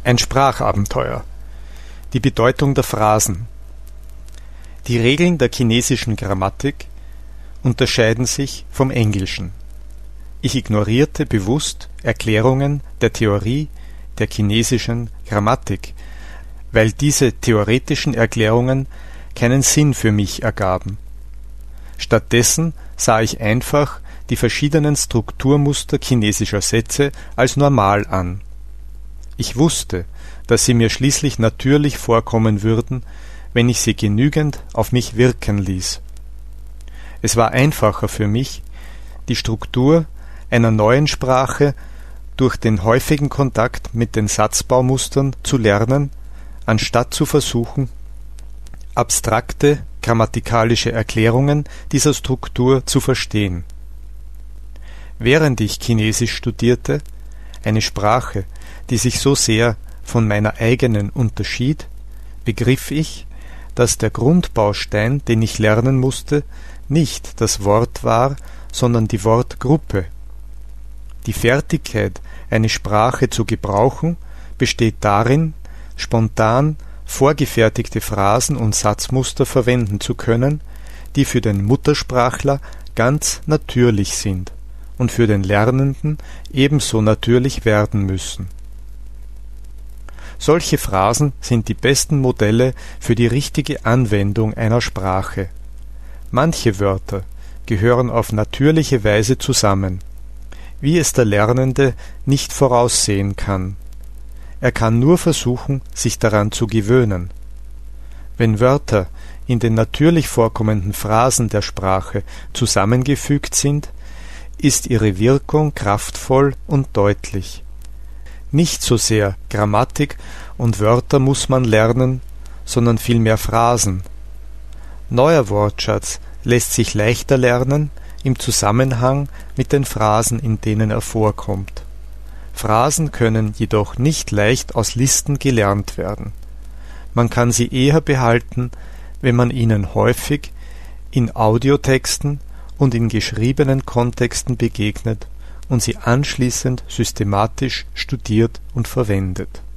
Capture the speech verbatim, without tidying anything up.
Ein Sprachabenteuer. Die Bedeutung der Phrasen. Die Regeln der chinesischen Grammatik unterscheiden sich vom Englischen. Ich ignorierte bewusst Erklärungen der Theorie der chinesischen Grammatik, weil diese theoretischen Erklärungen keinen Sinn für mich ergaben. Stattdessen sah ich einfach die verschiedenen Strukturmuster chinesischer Sätze als normal an. Ich wusste, dass sie mir schließlich natürlich vorkommen würden, wenn ich sie genügend auf mich wirken ließ. Es war einfacher für mich, die Struktur einer neuen Sprache durch den häufigen Kontakt mit den Satzbaumustern zu lernen, anstatt zu versuchen, abstrakte grammatikalische Erklärungen dieser Struktur zu verstehen. Während ich Chinesisch studierte, eine Sprache, die sich so sehr von meiner eigenen unterschied, begriff ich, dass der Grundbaustein, den ich lernen musste, nicht das Wort war, sondern die Wortgruppe. Die Fertigkeit, eine Sprache zu gebrauchen, besteht darin, spontan vorgefertigte Phrasen und Satzmuster verwenden zu können, die für den Muttersprachler ganz natürlich sind und für den Lernenden ebenso natürlich werden müssen. Solche Phrasen sind die besten Modelle für die richtige Anwendung einer Sprache. Manche Wörter gehören auf natürliche Weise zusammen, wie es der Lernende nicht voraussehen kann. Er kann nur versuchen, sich daran zu gewöhnen. Wenn Wörter in den natürlich vorkommenden Phrasen der Sprache zusammengefügt sind, ist ihre Wirkung kraftvoll und deutlich. Nicht so sehr Grammatik und Wörter muss man lernen, sondern vielmehr Phrasen. Neuer Wortschatz lässt sich leichter lernen im Zusammenhang mit den Phrasen, in denen er vorkommt. Phrasen können jedoch nicht leicht aus Listen gelernt werden. Man kann sie eher behalten, wenn man ihnen häufig in Audiotexten und in geschriebenen Kontexten begegnet und sie anschließend systematisch studiert und verwendet.